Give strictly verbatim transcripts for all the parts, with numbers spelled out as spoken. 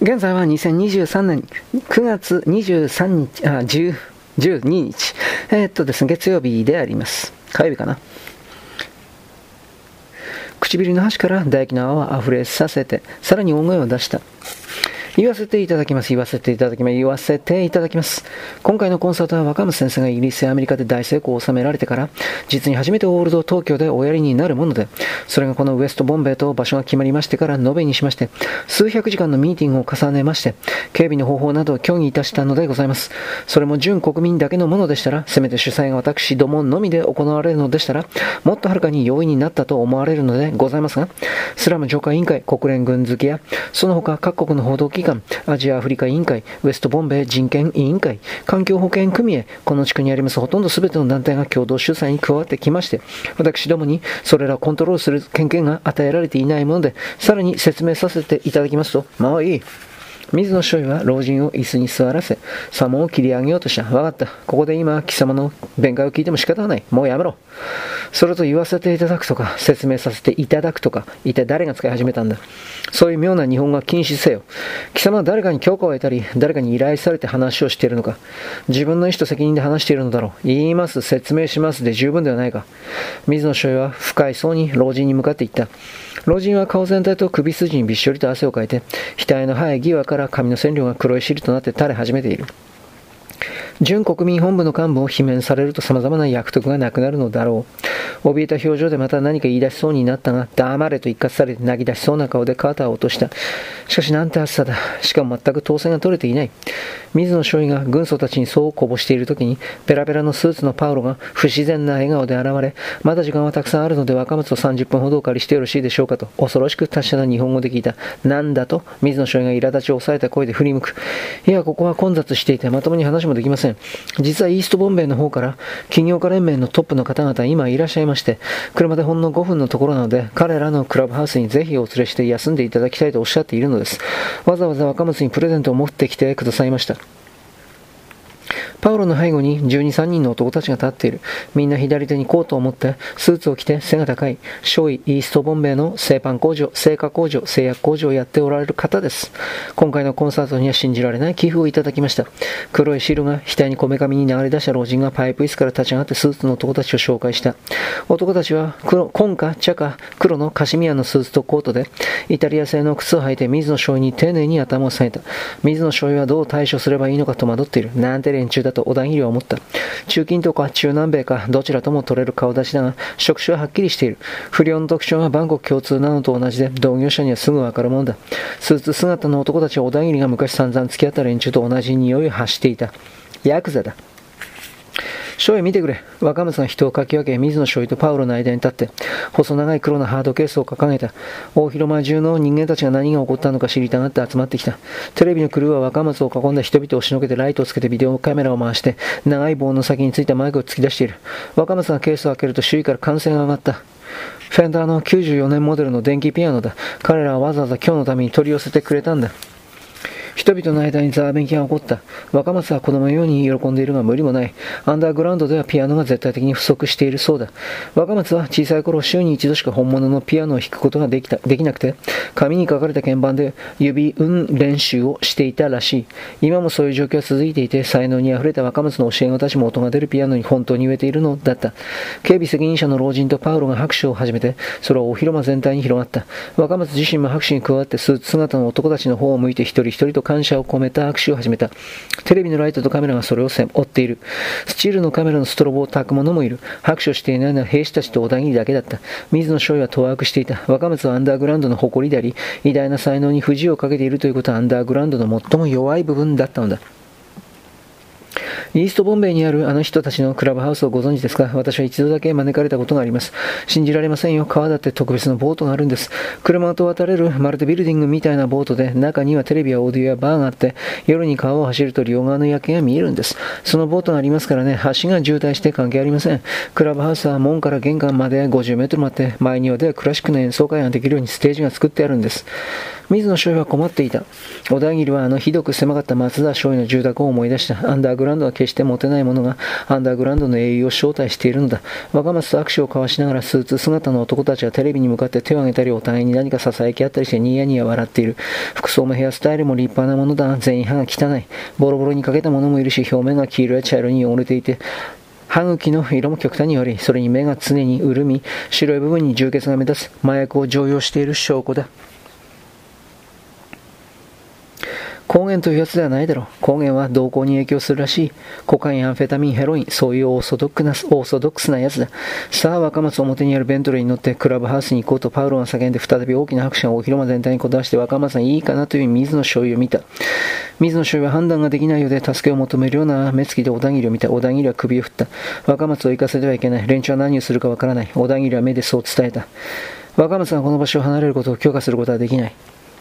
現在はにせんにじゅうさんねんくがつにじゅうさんにち、あ、じゅう、じゅうににち、えー、っとですね、月曜日であります。火曜日かな。唇の端から唾液の泡を溢れさせて、さらに大声を出した。言わせていただきます。言わせていただきます。言わせていただきます。今回のコンサートは若松先生がイギリスやアメリカで大成功を収められてから、実に初めてオールド東京でおやりになるもので、それがこのウエストボンベイと場所が決まりましてから延べにしまして、数百時間のミーティングを重ねまして、警備の方法などを協議いたしたのでございます。それも純国民だけのものでしたら、せめて主催が私どものみで行われるのでしたら、もっとはるかに容易になったと思われるのでございますが、スラム浄化委員会、国連軍付けや、その他各国の報道機関、アジアアフリカ委員会、ウエストボンベイ人権委員会、環境保険組合、この地区にありますほとんど全ての団体が共同主催に加わってきまして、私どもにそれらをコントロールする権限が与えられていないもので、さらに説明させていただきますと、まあいい。水野少尉は老人を椅子に座らせ、サモンを切り上げようとした。わかった。ここで今、貴様の弁解を聞いても仕方がない。もうやめろ。それと言わせていただくとか、説明させていただくとか、一体誰が使い始めたんだ。そういう妙な日本語は禁止せよ。貴様は誰かに許可を得たり、誰かに依頼されて話をしているのか。自分の意思と責任で話しているのだろう。言います、説明しますで十分ではないか。水野少尉は不快そうに老人に向かって言った。老人は顔全体と首筋にびっしょりと汗をかいて、額の生え際から髪の染料が黒い汁となって垂れ始めている。準国民本部の幹部を罷免されると様々な役得がなくなるのだろう。怯えた表情でまた何か言い出しそうになったが、黙れと一括されて泣き出しそうな顔で肩を落とした。しかしなんて暑さだ。しかも全く統制が取れていない。水野少尉が軍曹たちにそうこぼしているときに、ペラペラのスーツのパウロが不自然な笑顔で現れ、まだ時間はたくさんあるので若松をさんじゅっぷんほどお借りしてよろしいでしょうかと、恐ろしく達者な日本語で聞いた。なんだと、水野少尉が苛立ちを抑えた声で振り向く。いや、ここは混雑していてまともに話もできません。実はイーストボンベイの方から起業家連盟のトップの方々今いらっしゃいまして、車でほんのごふんのところなので彼らのクラブハウスにぜひお連れして休んでいただきたいとおっしゃっているのです。わざわざ若松にプレゼントを持ってきてくださいました。パウロの背後にじゅうに、さんにんの男たちが立っている。みんな左手にコートを持って、スーツを着て背が高い、少尉イーストボンベイの製パン工場、製菓工場、製薬工場をやっておられる方です。今回のコンサートには信じられない寄付をいただきました。黒い汁が額にこめかみに流れ出した老人がパイプ椅子から立ち上がってスーツの男たちを紹介した。男たちは黒、紺か茶か黒のカシミヤのスーツとコートで、イタリア製の靴を履いて水野少尉に丁寧に頭を下げた。水野少尉はどう対処すればいいのか戸惑っている。なんて連中だと小田切は思った。中近東か中南米かどちらとも取れる顔立ちだが、職種ははっきりしている。不良の特徴は万国共通なのと同じで、同業者にはすぐわかるものだ。スーツ姿の男たちは小田切が昔散々付き合った連中と同じ匂いを発していた。ヤクザだ。少尉見てくれ。若松が人をかき分け、水野少尉とパウロの間に立って、細長い黒のハードケースを掲げた。大広間中の人間たちが何が起こったのか知りたがって集まってきた。テレビのクルーは若松を囲んだ人々を押しのけてライトをつけてビデオカメラを回して、長い棒の先についたマイクを突き出している。若松がケースを開けると周囲から歓声が上がった。フェンダーのきゅうじゅうよねんモデルの電気ピアノだ。彼らはわざわざ今日のために取り寄せてくれたんだ。人々の間にざわめきが起こった。若松は子供のように喜んでいるが無理もない。アンダーグラウンドではピアノが絶対的に不足しているそうだ。若松は小さい頃週に一度しか本物のピアノを弾くことができた、できなくて、紙に書かれた鍵盤で指運練習をしていたらしい。今もそういう状況は続いていて、才能に溢れた若松の教え子たちも音が出るピアノに本当に植えているのだった。警備責任者の老人とパウロが拍手を始めて、それは大広間全体に広がった。若松自身も拍手に加わってスーツ姿の男たちの方を向いて一人一人と感謝を込めた握手を始めた。テレビのライトとカメラがそれを追っている。スチールのカメラのストロボを焚く者もいる。拍手をしていないのは兵士たちと小田切だけだった。水野少尉は当惑していた。若松はアンダーグラウンドの誇りであり、偉大な才能に不自由をかけているということはアンダーグラウンドの最も弱い部分だったのだ。イーストボンベイにあるあの人たちのクラブハウスをご存知ですか？私は一度だけ招かれたことがあります。信じられませんよ。川だって特別なボートがあるんです。車と渡れるまるでビルディングみたいなボートで、中にはテレビやオーディオやバーがあって、夜に川を走ると両側の夜景が見えるんです。そのボートがありますからね、橋が渋滞して関係ありません。クラブハウスは門から玄関までごじゅうメートルもあって、前庭ではクラシックの演奏会ができるようにステージが作ってあるんです。 水野少尉は困っていた。小田切はあのひどく狭かった松田少尉の住宅を思い出した。アンダーグラウンドは決してモテないものがアンダーグラウンドの英雄を招待しているのだ。若松と握手を交わしながらスーツ姿の男たちがテレビに向かって手を挙げたりお互いに何か囁き合ったりしてニヤニヤ笑っている。服装もヘアスタイルも立派なものだ。全員歯が汚い。ボロボロにかけたものもいるし、表面が黄色や茶色に汚れていて、歯茎の色も極端に悪い。それに目が常に潤み、白い部分に充血が目立つ。麻薬を常用している証拠だ。抗原というやつではないだろう。抗原は動向に影響するらしい。コカイン、アンフェタミン、ヘロイン、そういうオーソドックな、オーソドックスなやつだ。さあ、若松表にあるベントレーに乗ってクラブハウスに行こうとパウロが叫んで、再び大きな拍手が大広間全体にこだわして若松がいいかなという水野少尉を見た。水野少尉は判断ができないようで助けを求めるような目つきで小田切を見た。小田切は首を振った。若松を行かせてはいけない。連中は何をするかわからない。小田切は目でそう伝えた。若松がこの場所を離れることを許可することはできない。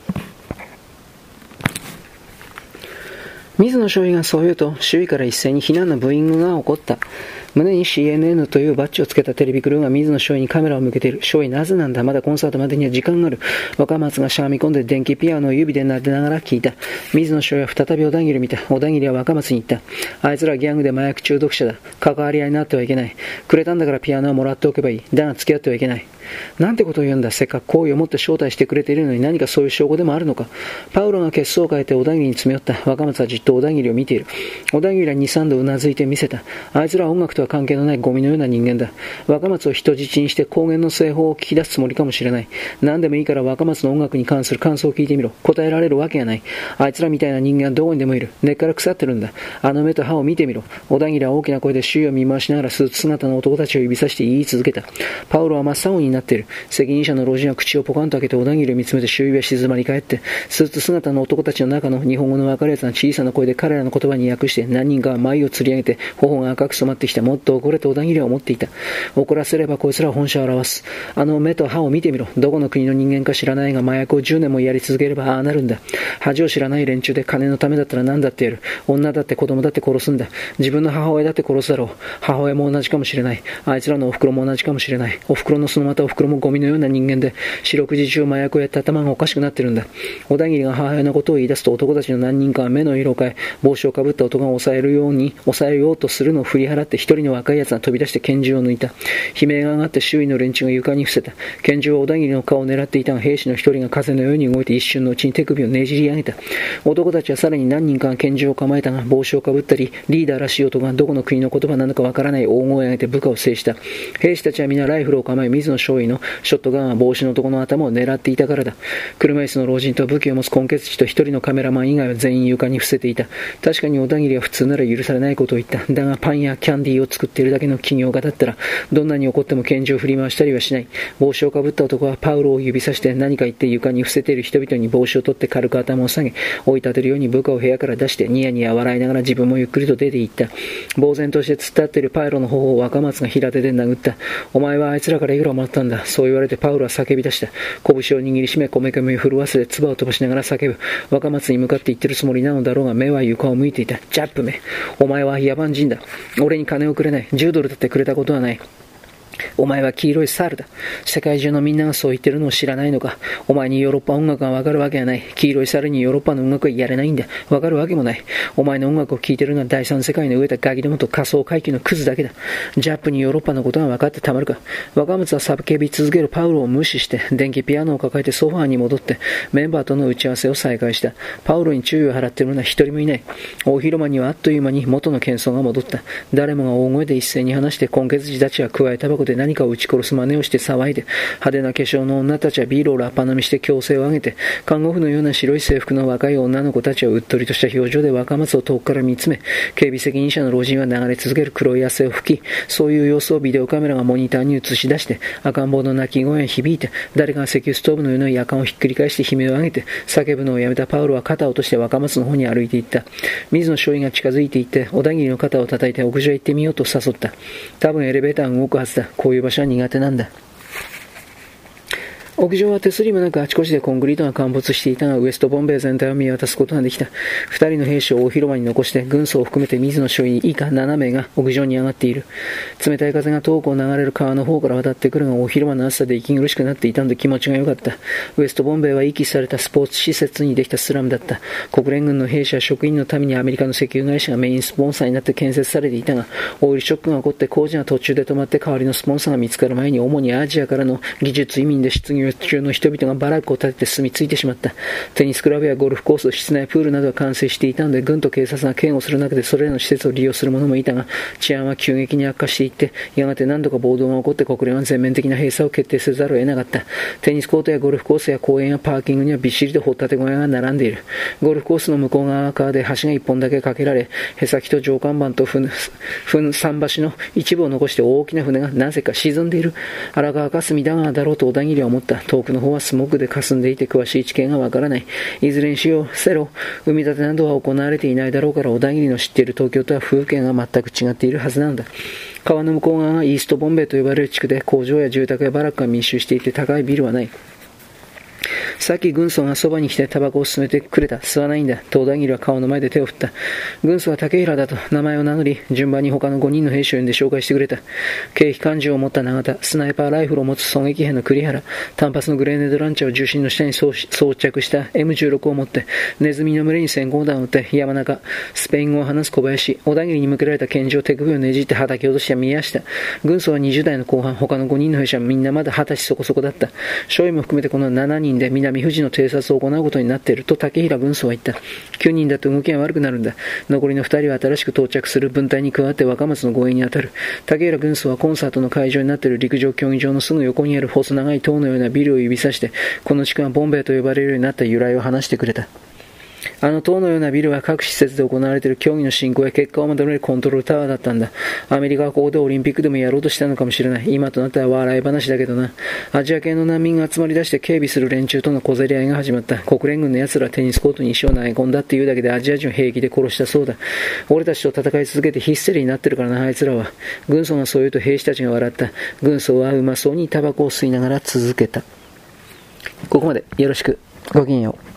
水野少尉がそう言うと、周囲から一斉に非難のブーイングが起こった。胸に シーエヌエヌ というバッジをつけたテレビクルーが水野少尉にカメラを向けている。少尉なぜなんだ、まだコンサートまでには時間がある。若松がしゃがみ込んで電気ピアノを指で撫でながら聞いた。水野少尉は再び小田切を見た。小田切は若松に言った。あいつらギャングで麻薬中毒者だ。関わり合いになってはいけない。くれたんだからピアノをもらっておけばいい。だが付き合ってはいけない。なんてことを言うんだ。せっかく好意を持って招待してくれているのに何かそういう証拠でもあるのか。パウロが血相を変えて小田切に詰め寄った。若松はじっと小田切を見ている。小田切はに、さんどうなずいてみせた。あいつらは音楽とは関係のないゴミのような人間だ。若松を人質にして公言の製法を聞き出すつもりかもしれない。何でもいいから若松の音楽に関する感想を聞いてみろ。答えられるわけがない。あいつらみたいな人間はどこにでもいる。根っから腐ってるんだ。あの目と歯を見てみろ。小田切は大きな声で周囲を見回しながらスーツ姿の男たちを指さして言い続けた。パウロは真っ青になっている。責任者の老人は口をポカンと開けて小田切を見つめて周囲は静まり返って、スーツ姿の男たちの中の日本語の分かるやつが小さな声で彼らの言葉に訳して、何人かは眉をつり上げて頬が赤く染まってきた。もっと怒れと小田切は思っていた。怒らせればこいつらは本性を表す。あの目と歯を見てみろ。どこの国の人間か知らないが麻薬をじゅうねんもやり続ければああなるんだ。恥を知らない連中で金のためだったら何だってやる。女だって子供だって殺すんだ。自分の母親だって殺すだろう。母親も同じかもしれない。あいつらのお袋も同じかもしれない。お袋のそのまたお袋もゴミのような人間で四六時中麻薬をやって頭がおかしくなってるんだ。小田切が母親のことを言い出すと男たちの何人かは目の色を変え、帽子をかぶった男が抑えるように抑えようとするのを振り払って一人の若いやつが飛び出して拳銃を抜いた。悲鳴が上がって周囲の連中が床に伏せた。拳銃は小田切の顔を狙っていたが兵士の一人が風のように動いて一瞬のうちに手首をねじり上げた。男たちはさらに何人かが拳銃を構えたが帽子をかぶったりリーダーらしい男がどこの国の言葉なのかわからない大声を上げて部下を制した。兵士たちは皆ライフルを構え水野少尉のショットガンは帽子の男の頭を狙っていたからだ。車椅子の老人と武器を持つ混血児と一人のカメラマン以外は全員床に伏せていた。確かに小田切は普通なら許されないことを言った。だがパンやキャンディーを作っているだけの企業家だったらどんなに怒っても拳銃を振り回したりはしない。帽子をかぶった男はパウロを指さして何か言って床に伏せている人々に帽子を取って軽く頭を下げ追い立てるように部下を部屋から出してニヤニヤ笑いながら自分もゆっくりと出て行った。呆然として突っ立っているパウロの頬を若松が平手で殴った。お前はあいつらからいくらもらったんだ。そう言われてパウロは叫び出した。拳を握りしめこめかみを震わせて唾を飛ばしながら叫ぶ。若松に向かって言ってるつもりなのだろうが目は床を向いていた。ジャップめ、お前は野蛮人だ。俺に金をくれない。じゅうドルだってくれたことはない。お前は黄色い猿だ。世界中のみんながそう言ってるのを知らないのか。お前にヨーロッパ音楽がわかるわけがない。黄色い猿にヨーロッパの音楽はやれないんだ。わかるわけもない。お前の音楽を聴いてるのは第三世界の飢えたガキどもと仮想階級のクズだけだ。ジャップにヨーロッパのことが分かってたまるか。若松は叫び続けるパウロを無視して電気ピアノを抱えてソファーに戻ってメンバーとの打ち合わせを再開した。パウロに注意を払っているのは一人もいない。大広間にはあっという間に元の喧騒が戻った。誰もが大声で一斉に話して混血児たちは加えタバコで何かを撃ち殺す真似をして騒いで、派手な化粧の女たちはビールをラッパ飲みして強勢を上げて、看護婦のような白い制服の若い女の子たちはうっとりとした表情で若松を遠くから見つめ、警備責任者の老人は流れ続ける黒い汗を拭き、そういう様子をビデオカメラがモニターに映し出して赤ん坊の泣き声が響いて、誰かが石油ストーブのような夜間をひっくり返して悲鳴を上げて叫ぶのをやめたパウロは肩を落として若松の方に歩いていった。水野少尉が近づいていって小田切の肩を叩いて屋上へ行ってみようと誘った。多分エレベーターが動くはずだ。こういう場所は苦手なんだ。 屋上は手すりもなくあちこちでコンクリートが陥没していたが、ウエストボンベイ全体を見渡すことができた。二人の兵士を大広場に残して、軍曹を含めて水野少尉以下ななめいが屋上に上がっている。冷たい風が遠くを流れる川の方から渡ってくるが、大広場の暑さで息苦しくなっていたので気持ちが良かった。ウエストボンベイは遺棄されたスポーツ施設にできたスラムだった。国連軍の兵士や職員のためにアメリカの石油会社がメインスポンサーになって建設されていたが、オイルショックが起こって工事が途中で止まって代わりのスポンサーが見つかる前に、主にアジアからの技術移民で失業中の人々がバラックを建てて住み着いてしまった。テニスクラブやゴルフコース、室内プールなどが完成していたので、軍と警察が警護する中でそれらの施設を利用する者もいたが、治安は急激に悪化していって、やがて何度か暴動が起こって国連は全面的な閉鎖を決定せざるを得なかった。テニスコートやゴルフコースや公園やパーキングにはびっしりと掘ったて小屋が並んでいる。ゴルフコースの向こう側側で橋が一本だけ架けられ、へさきと上甲板と船桟橋の一部を残して大きな船がなぜか沈んでいる。荒川か隅田川だろうと小田切は思った。遠くの方はスモークで霞んでいて詳しい地形がわからない。いずれにしよう、せろ。埋め立てなどは行われていないだろうから、小田切の知っている東京とは風景が全く違っているはずなのだ。川の向こう側がイーストボンベイと呼ばれる地区で、工場や住宅やバラックが密集していて高いビルはない。さっき軍曹がそばに来てタバコを勧めてくれた。吸わないんだ。東田切は顔の前で手を振った。軍曹は竹平だと名前を名乗り、順番に他のごにんの兵士を呼んで紹介してくれた。軽機関銃を持った永田、スナイパーライフルを持つ狙撃兵の栗原、単発のグレーネードランチャーを重心の下に装着した エムじゅうろく を持って、ネズミの群れに閃光弾を撃って山中、スペイン語を話す小林、小田切に向けられた拳銃を手首をねじって叩き落とした宮下。軍曹はにじゅう代の後半、他のごにんの兵士はみんなまだはたちそこそこだった。少尉も含めてこのしちにんで南富士の偵察を行うことになっていると竹平軍曹は言った。きゅうにんだと動きが悪くなるんだ。残りのふたりは新しく到着する分隊に加わって若松の護衛に当たる。竹平軍曹はコンサートの会場になっている陸上競技場のすぐ横にある細長い塔のようなビルを指さして、この地区がボンベイと呼ばれるようになった由来を話してくれた。あの塔のようなビルは各施設で行われている競技の進行や結果をまとめるコントロールタワーだったんだ。アメリカはここでオリンピックでもやろうとしたのかもしれない。今となっては笑い話だけどな。アジア系の難民が集まり出して警備する連中との小競り合いが始まった。国連軍の奴らはテニスコートに石を投げ込んだっていうだけでアジア人を平気で殺したそうだ。俺たちと戦い続けてヒステリーになってるからな、あいつらは。軍曹がそう言うと兵士たちが笑った。軍曹はうまそうにタバコを吸いながら続けた。ここまでよろしく。ごきげんよう。